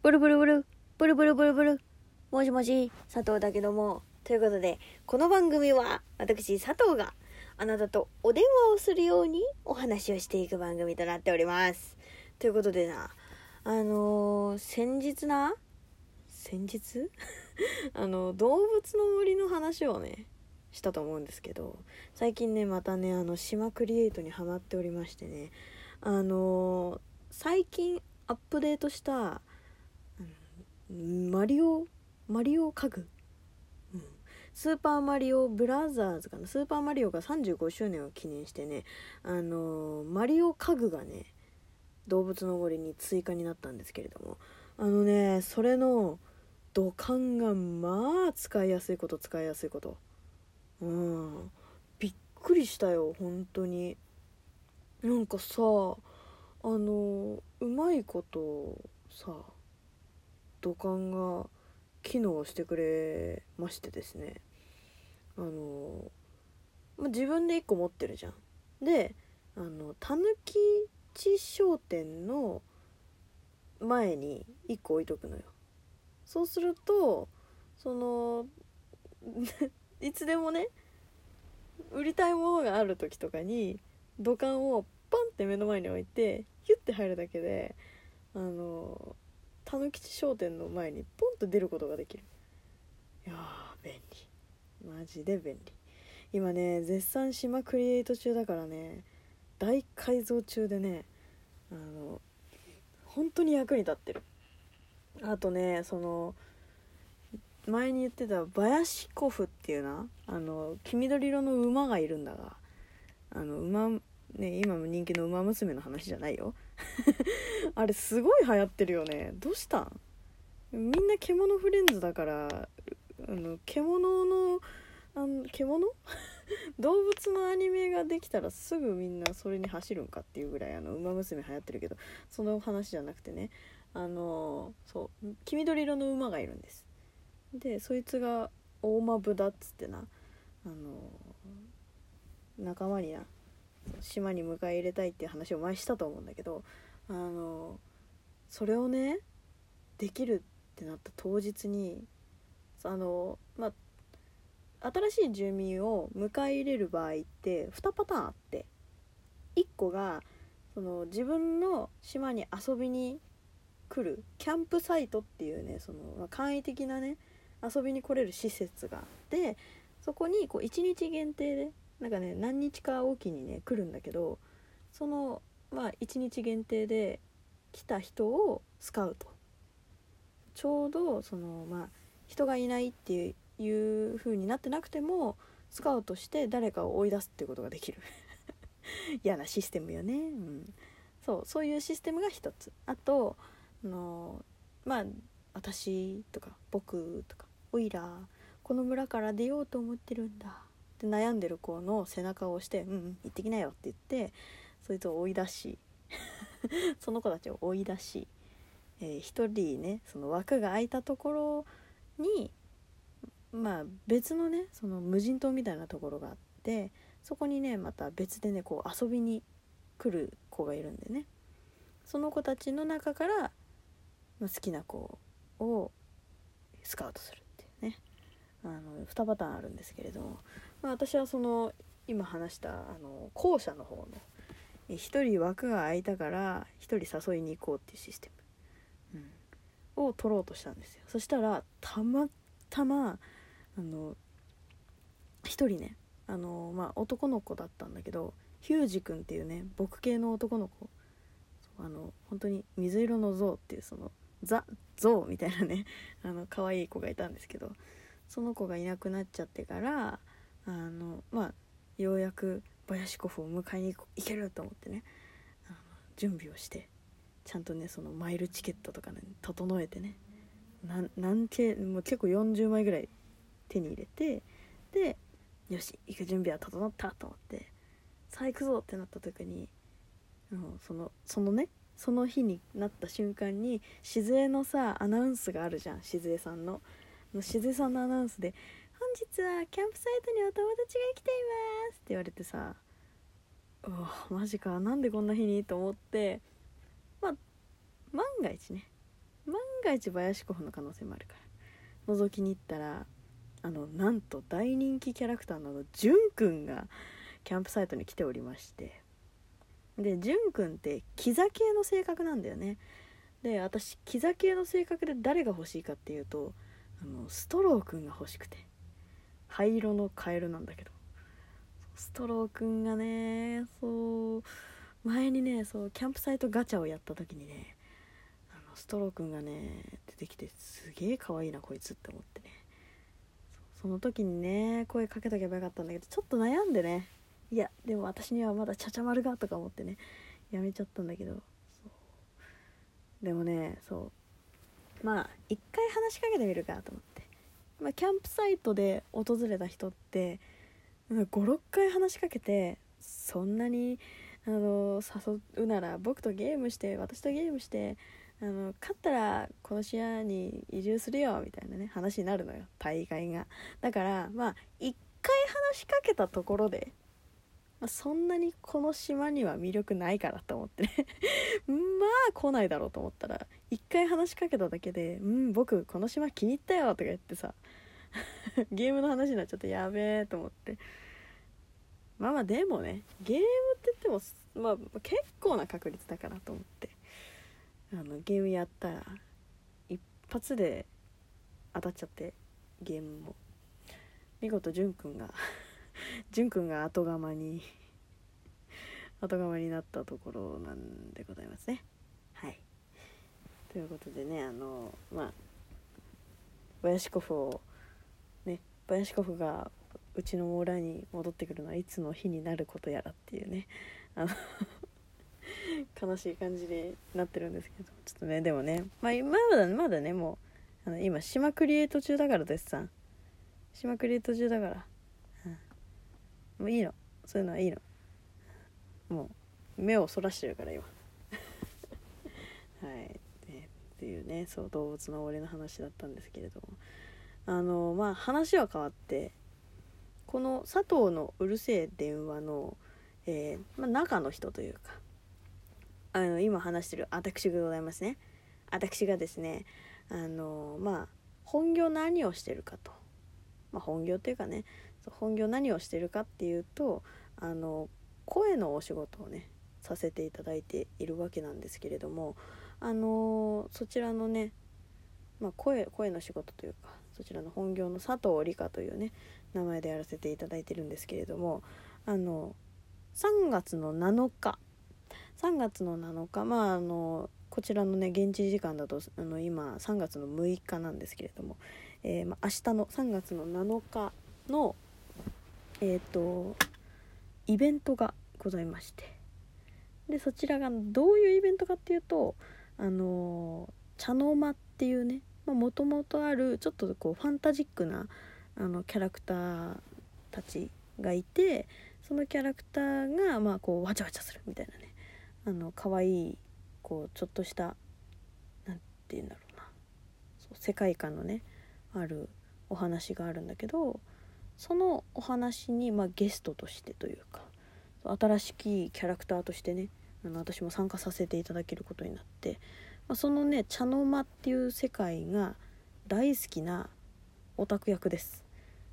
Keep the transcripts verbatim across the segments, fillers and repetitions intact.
ブルブルブルブルブルブルブルもしもし佐藤だけども、ということでこの番組は私佐藤があなたとお電話をするようにお話をしていく番組となっております。ということでな、あのー、先日な先日あの動物の森の話をねしたと思うんですけど、最近ねまたねあの島クリエイトにハマっておりましてね、あのー、最近アップデートしたマリオマリオ家具、うん、スーパーマリオブラザーズかな、スーパーマリオがさんじゅうごしゅうねんを記念してね、あのー、マリオ家具がね動物の森に追加になったんですけれども、あのねそれの土管がまあ使いやすいこと使いやすいことうんびっくりしたよ本当に。なんかさ、あのうまいことさ土管が機能してくれましてですね、あの、まあ、自分でいっこ持ってるじゃん。で、あのたぬきち商店の前にいっこ置いとくのよ。そうするとそのいつでもね売りたいものがある時とかに土管をパンって目の前に置いてヒュッて入るだけで、あのたぬきち商店の前にポンと出ることができる。いやー便利、マジで便利。今ね絶賛島クリエイト中だからね、大改造中でね、あの本当に役に立ってる。あとねその前に言ってたバヤシコフっていうな、あの黄緑色の馬がいるんだが、あの馬ね、今も人気の馬娘の話じゃないよあれすごい流行ってるよね。どうしたん？みんな獣フレンズだから、あの獣のあの獣動物のアニメができたらすぐみんなそれに走るんかっていうぐらい、あの馬娘流行ってるけど、その話じゃなくてね、あのそう黄緑色の馬がいるんです。でそいつが大間ブだっつってな、あの仲間にな島に迎え入れたいっていう話を前したと思うんだけど、あのそれをねできるってなった当日に、あのまあ新しい住民を迎え入れる場合ってにパターンあって、いっこがその自分の島に遊びに来るキャンプサイトっていうね、その、まあ、簡易的なね遊びに来れる施設があって、そこにこういちにち限定でなんかね何日かおきにね来るんだけど、そのまあいちにち限定で来た人をスカウト、ちょうどそのまあ人がいないっていういう風になってなくてもスカウトして誰かを追い出すっていうことができる嫌なシステムよね、うん、そうそういうシステムが一つ。あとあのまあ私とか僕とかオイラこの村から出ようと思ってるんだって悩んでる子の背中を押してうんうん行ってきなよって言ってそいつを追い出しその子たちを追い出し、えー、一人ねその枠が空いたところにまあ別のねその無人島みたいなところがあって、そこにねまた別でねこう遊びに来る子がいるんでね、その子たちの中から、まあ、好きな子をスカウトするっていうね、あのにパターンあるんですけれども、まあ、私はその今話したあの後者の方のひとり枠が空いたからひとり誘いに行こうっていうシステム、うん、を取ろうとしたんですよ。そしたらたまたまあのひとりねあの、まあ、男の子だったんだけど、ヒュージ君っていうね僕系の男の子、あの本当に水色のゾウっていうそのザ・ゾウみたいなねあの可愛い子がいたんですけど、その子がいなくなっちゃってからあのまあようやくバヤシコフを迎えに行けると思ってね、あの準備をしてちゃんとねそのマイルチケットとかね整えてね、なんなんけもう結構よんじゅうまいぐらい手に入れて、でよし行く準備は整ったと思ってさあ行くぞってなった時に、うん、そのそのねその日になった瞬間に静江のさアナウンスがあるじゃん、静江さんの静江さんのアナウンスで本日はキャンプサイトにお友達が来ていますって言われてさ、おマジかなんでこんな日にと思って、まあ万が一ね万がが一林候補の可能性もあるから覗きに行ったら、あのなんと大人気キャラクターのジュンくんがキャンプサイトに来ておりまして、でジュンくんってキザ系の性格なんだよね。で私キザ系の性格で誰が欲しいかっていうと、あのストローくんが欲しくて、灰色のカエルなんだけど、ストローくんがね、そう前にね、そうキャンプサイトガチャをやった時にね、あのストローくんがね出てきて、すげえ可愛いなこいつって思ってね、その時にね声かけとけばよかったんだけど、ちょっと悩んでね、いやでも私にはまだちゃちゃ丸がとか思ってねやめちゃったんだけど、そうでもね、そうまあ一回話しかけてみるかと思って、まあ、キャンプサイトで訪れた人ってごろっかい話しかけて、そんなにあの誘うなら僕とゲームして私とゲームしてあの勝ったらこの島に移住するよみたいなね話になるのよ、大概が。だからまあ一回話しかけたところで、まあ、そんなにこの島には魅力ないからと思ってねまあ来ないだろうと思ったら、一回話しかけただけで、うん僕この島気に入ったよとか言ってさゲームの話になっちゃってやべえと思って、まあまあでもねゲームって言っても、まあ、結構な確率だからと思って、あのゲームやったら一発で当たっちゃって、ゲームも見事ジュンくんがジュンくんが後釜に後釜になったところなんでございますね。はい、ということでね、あのまあバヤシコフをねバヤシコフがうちの村に戻ってくるのはいつの日になることやらっていうね、あの悲しい感じになってるんですけど、ちょっとねでもね、まあ、まだまだねもうあの今島クリエイト中だからですさん島クリエイト中だから、うん、もういいの、そういうのはいいの、もう目をそらしてるから今はい、ね、っていうね、そう動物の俺の話だったんですけれども、あのまあ話は変わって、この佐藤のうるせえ電話の、えーまあ、中の人というか、あの今話してる私がございますね。私がですね、あのまあ本業何をしてるかと、まあ、本業っていうかね、本業何をしてるかっていうと、あの声のお仕事をねさせていただいているわけなんですけれども、あのそちらのね、まあ、声声の仕事というか、そちらの本業の佐藤理香というね名前でやらせていただいてるんですけれども、あのさんがつのなのかさんがつのなのか、まああのこちらのね現地時間だとあの今さんがつのむいかなんですけれども、えーまあ、明日のさんがつのなのかのえっとイベントがございまして、でそちらがどういうイベントかっていうと、あの茶の間っていうね、もともとあるちょっとこうファンタジックなあのキャラクターたちがいて、そのキャラクターがまあこうわちゃわちゃするみたいなね、あの可愛いこうちょっとしたなんていうんだろうな、そう世界観のねあるお話があるんだけど、そのお話にまあゲストとしてというか、新しきキャラクターとしてね、あの私も参加させていただけることになって、まあ、そのね茶の間っていう世界が大好きなオタク役です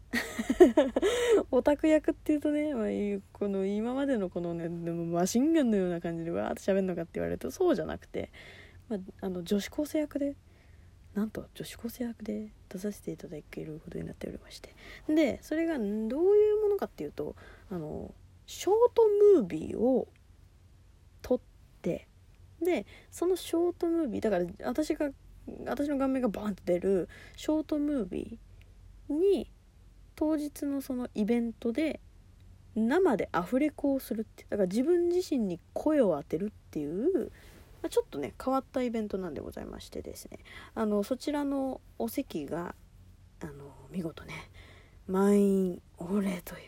オタク役っていうとね、まあ、この今までのこのねでもマシンガンのような感じでわーって喋るのかって言われるとそうじゃなくて、まあ、あの女子高生役でなんと女子高生役で出させていただけることになっておりまして、でそれがどういうものかっていうと、あのショートムービーを撮って、でそのショートムービーだから私が私の顔面がバーンと出るショートムービーに当日のそのイベントで生でアフレコをするって、だから自分自身に声を当てるっていうちょっとね変わったイベントなんでございましてですね、あのそちらのお席があの見事ね満員御礼という、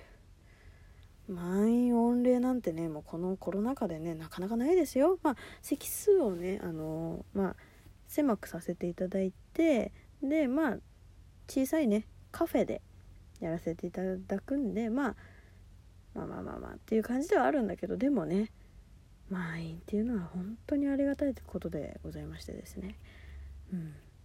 満員御礼なんてねもうこのコロナ禍でねなかなかないですよ。まあ席数をねあのまあ狭くさせていただいて、でまあ小さいねカフェでやらせていただくんで、まあ、まあまあまあまあっていう感じではあるんだけど、でもね満員っていうのは本当にありがたいことでございましてですね、うん、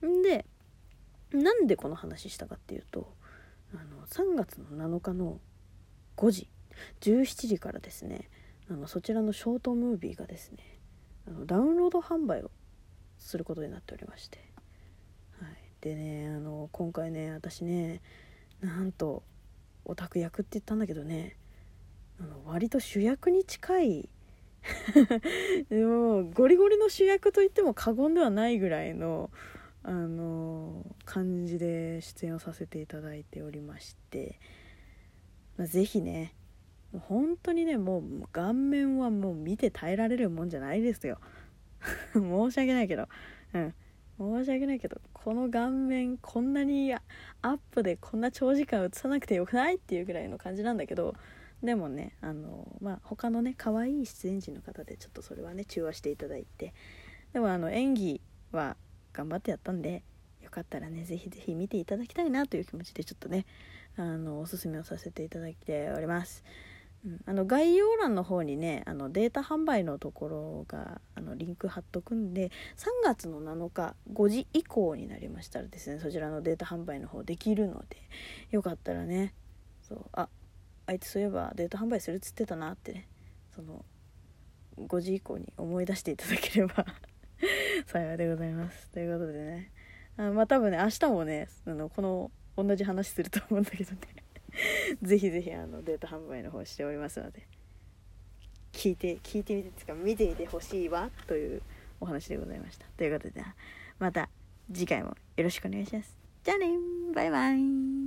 でなんでこの話したかっていうと、あのさんがつのなのかのごじじゅうしちじからですね、あのそちらのショートムービーがですね、あのダウンロード販売をすることになっておりまして、はい、でね、あの今回ね、私ね、なんとオタク役って言ったんだけどね、あの割と主役に近いでもゴリゴリの主役と言っても過言ではないぐらいのあの感じで出演をさせていただいておりまして、まあ、ぜひね、もう本当にね、もう顔面はもう見て耐えられるもんじゃないですよ申し訳ないけど、うん申し訳ないけど、この顔面こんなにアップでこんな長時間映さなくてよくないっていうぐらいの感じなんだけど、でもね、あのまあ他のね可愛い出演陣の方でちょっとそれはね中和していただいて、でもあの演技は頑張ってやったんで、よかったらねぜひぜひ見ていただきたいなという気持ちでちょっとね、あのおすすめをさせていただいております。うん、あの概要欄の方にね、あのデータ販売のところがあのリンク貼っとくんで、さんがつのなのかごじ以降になりましたらですね、そちらのデータ販売の方できるので、よかったらね、そうああいつそういえばデータ販売するっつってたなってね、そのごじ以降に思い出していただければ幸いでございます。ということでね、あまあ多分ね明日もね、あのこの同じ話すると思うんだけどねぜひぜひあのデータ販売の方しておりますので、聞いて聞いてみてですか見てみてほしいわというお話でございました。ということで、また次回もよろしくお願いします。じゃあね、バイバイ。